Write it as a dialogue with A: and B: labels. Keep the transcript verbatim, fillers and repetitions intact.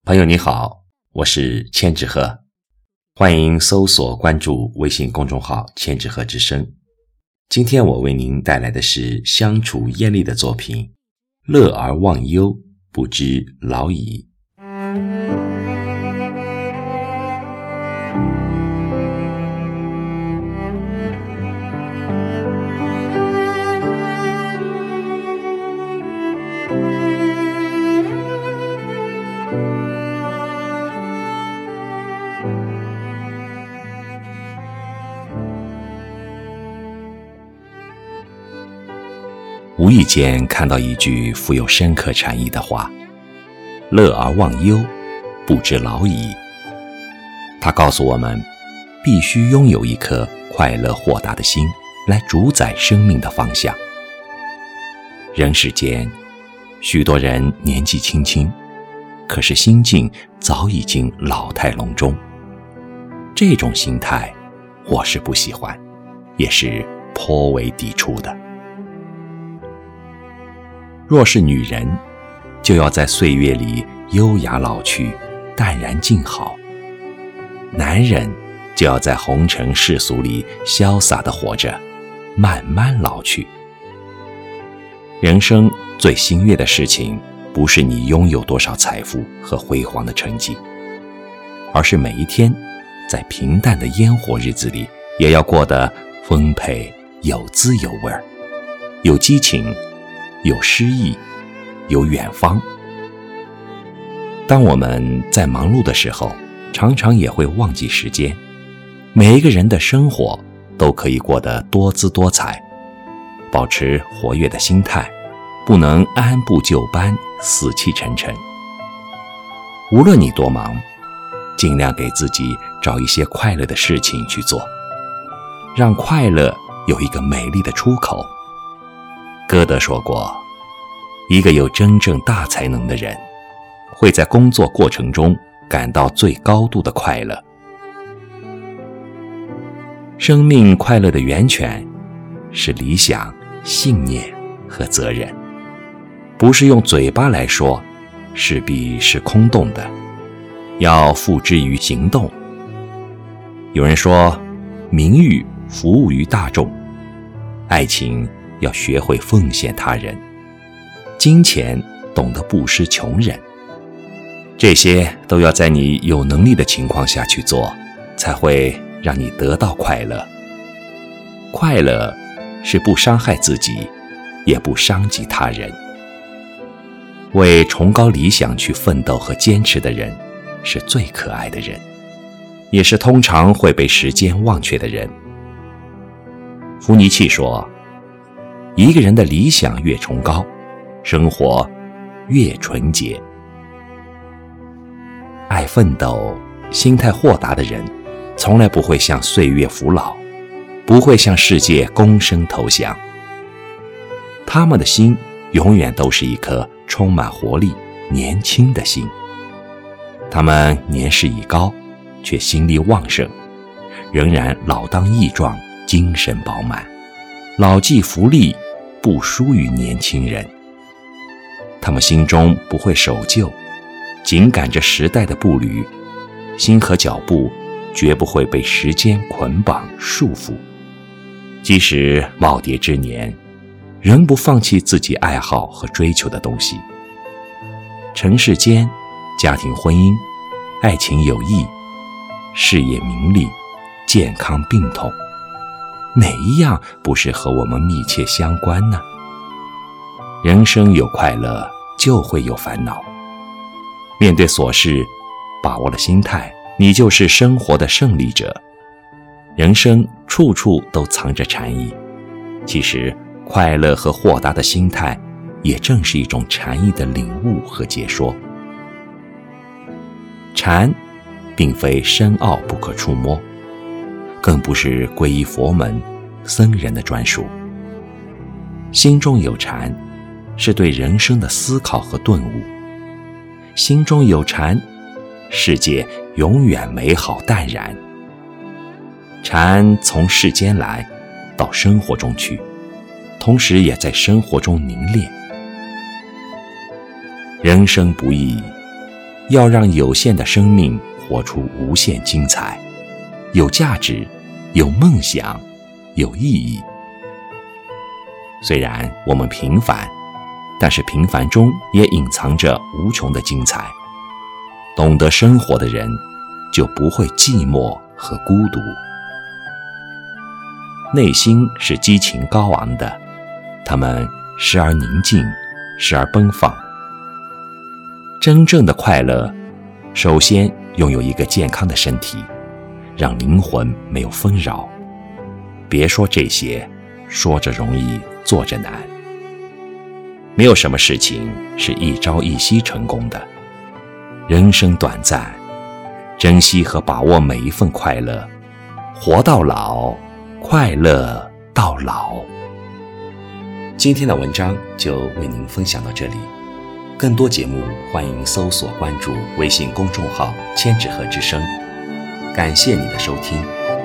A: 朋友你好，我是千纸鹤，欢迎搜索关注微信公众号千纸鹤之声。今天我为您带来的是相楚艳丽的作品乐而忘忧，不知老矣。无意间看到一句富有深刻禅意的话，乐而忘忧，不知老矣。它告诉我们，必须拥有一颗快乐豁达的心，来主宰生命的方向。人世间，许多人年纪轻轻，可是心境早已经老态龙钟。这种心态，我是不喜欢，也是颇为抵触的。若是女人，就要在岁月里优雅老去，淡然静好；男人就要在红尘世俗里潇洒地活着，慢慢老去。人生最欣悦的事情，不是你拥有多少财富和辉煌的成绩，而是每一天在平淡的烟火日子里，也要过得丰沛有滋有味，有激情，有诗意，有远方。当我们在忙碌的时候，常常也会忘记时间。每一个人的生活都可以过得多姿多彩，保持活跃的心态，不能按部就班，死气沉沉。无论你多忙，尽量给自己找一些快乐的事情去做，让快乐有一个美丽的出口。歌德说过，一个有真正大才能的人，会在工作过程中感到最高度的快乐。生命快乐的源泉是理想、信念和责任，不是用嘴巴来说，势必是空洞的，要付之于行动。有人说，名誉服务于大众，爱情要学会奉献他人，金钱懂得布施穷人，这些都要在你有能力的情况下去做，才会让你得到快乐。快乐是不伤害自己，也不伤及他人。为崇高理想去奋斗和坚持的人，是最可爱的人，也是通常会被时间忘却的人。伏尼契说，一个人的理想越崇高，生活越纯洁。爱奋斗、心态豁达的人，从来不会向岁月服老，不会向世界躬身投降。他们的心永远都是一颗充满活力、年轻的心。他们年事已高，却心力旺盛，仍然老当益壮，精神饱满，老骥伏枥，不输于年轻人。他们心中不会守旧，紧赶着时代的步履，心和脚步绝不会被时间捆绑束缚。即使耄耋之年，仍不放弃自己爱好和追求的东西。尘世间，家庭婚姻、爱情友谊、事业名利、健康病痛，哪一样不是和我们密切相关呢？人生有快乐，就会有烦恼。面对琐事，把握了心态，你就是生活的胜利者。人生处处都藏着禅意，其实快乐和豁达的心态，也正是一种禅意的领悟和解说。禅并非深奥不可触摸，更不是皈依佛门僧人的专属。心中有禅，是对人生的思考和顿悟。心中有禅，世界永远美好淡然。禅从世间来，到生活中去，同时也在生活中凝练。人生不易， 要让有限的生命活出无限精彩，有价值，有梦想，有意义。虽然我们平凡，但是平凡中也隐藏着无穷的精彩。懂得生活的人，就不会寂寞和孤独。内心是激情高昂的，他们时而宁静，时而奔放。真正的快乐，首先拥有一个健康的身体，让灵魂没有纷扰。别说这些，说着容易，做着难。没有什么事情是一朝一夕成功的。人生短暂，珍惜和把握每一份快乐，活到老，快乐到老。今天的文章就为您分享到这里，更多节目欢迎搜索关注微信公众号千纸鹤之声。感谢你的收听。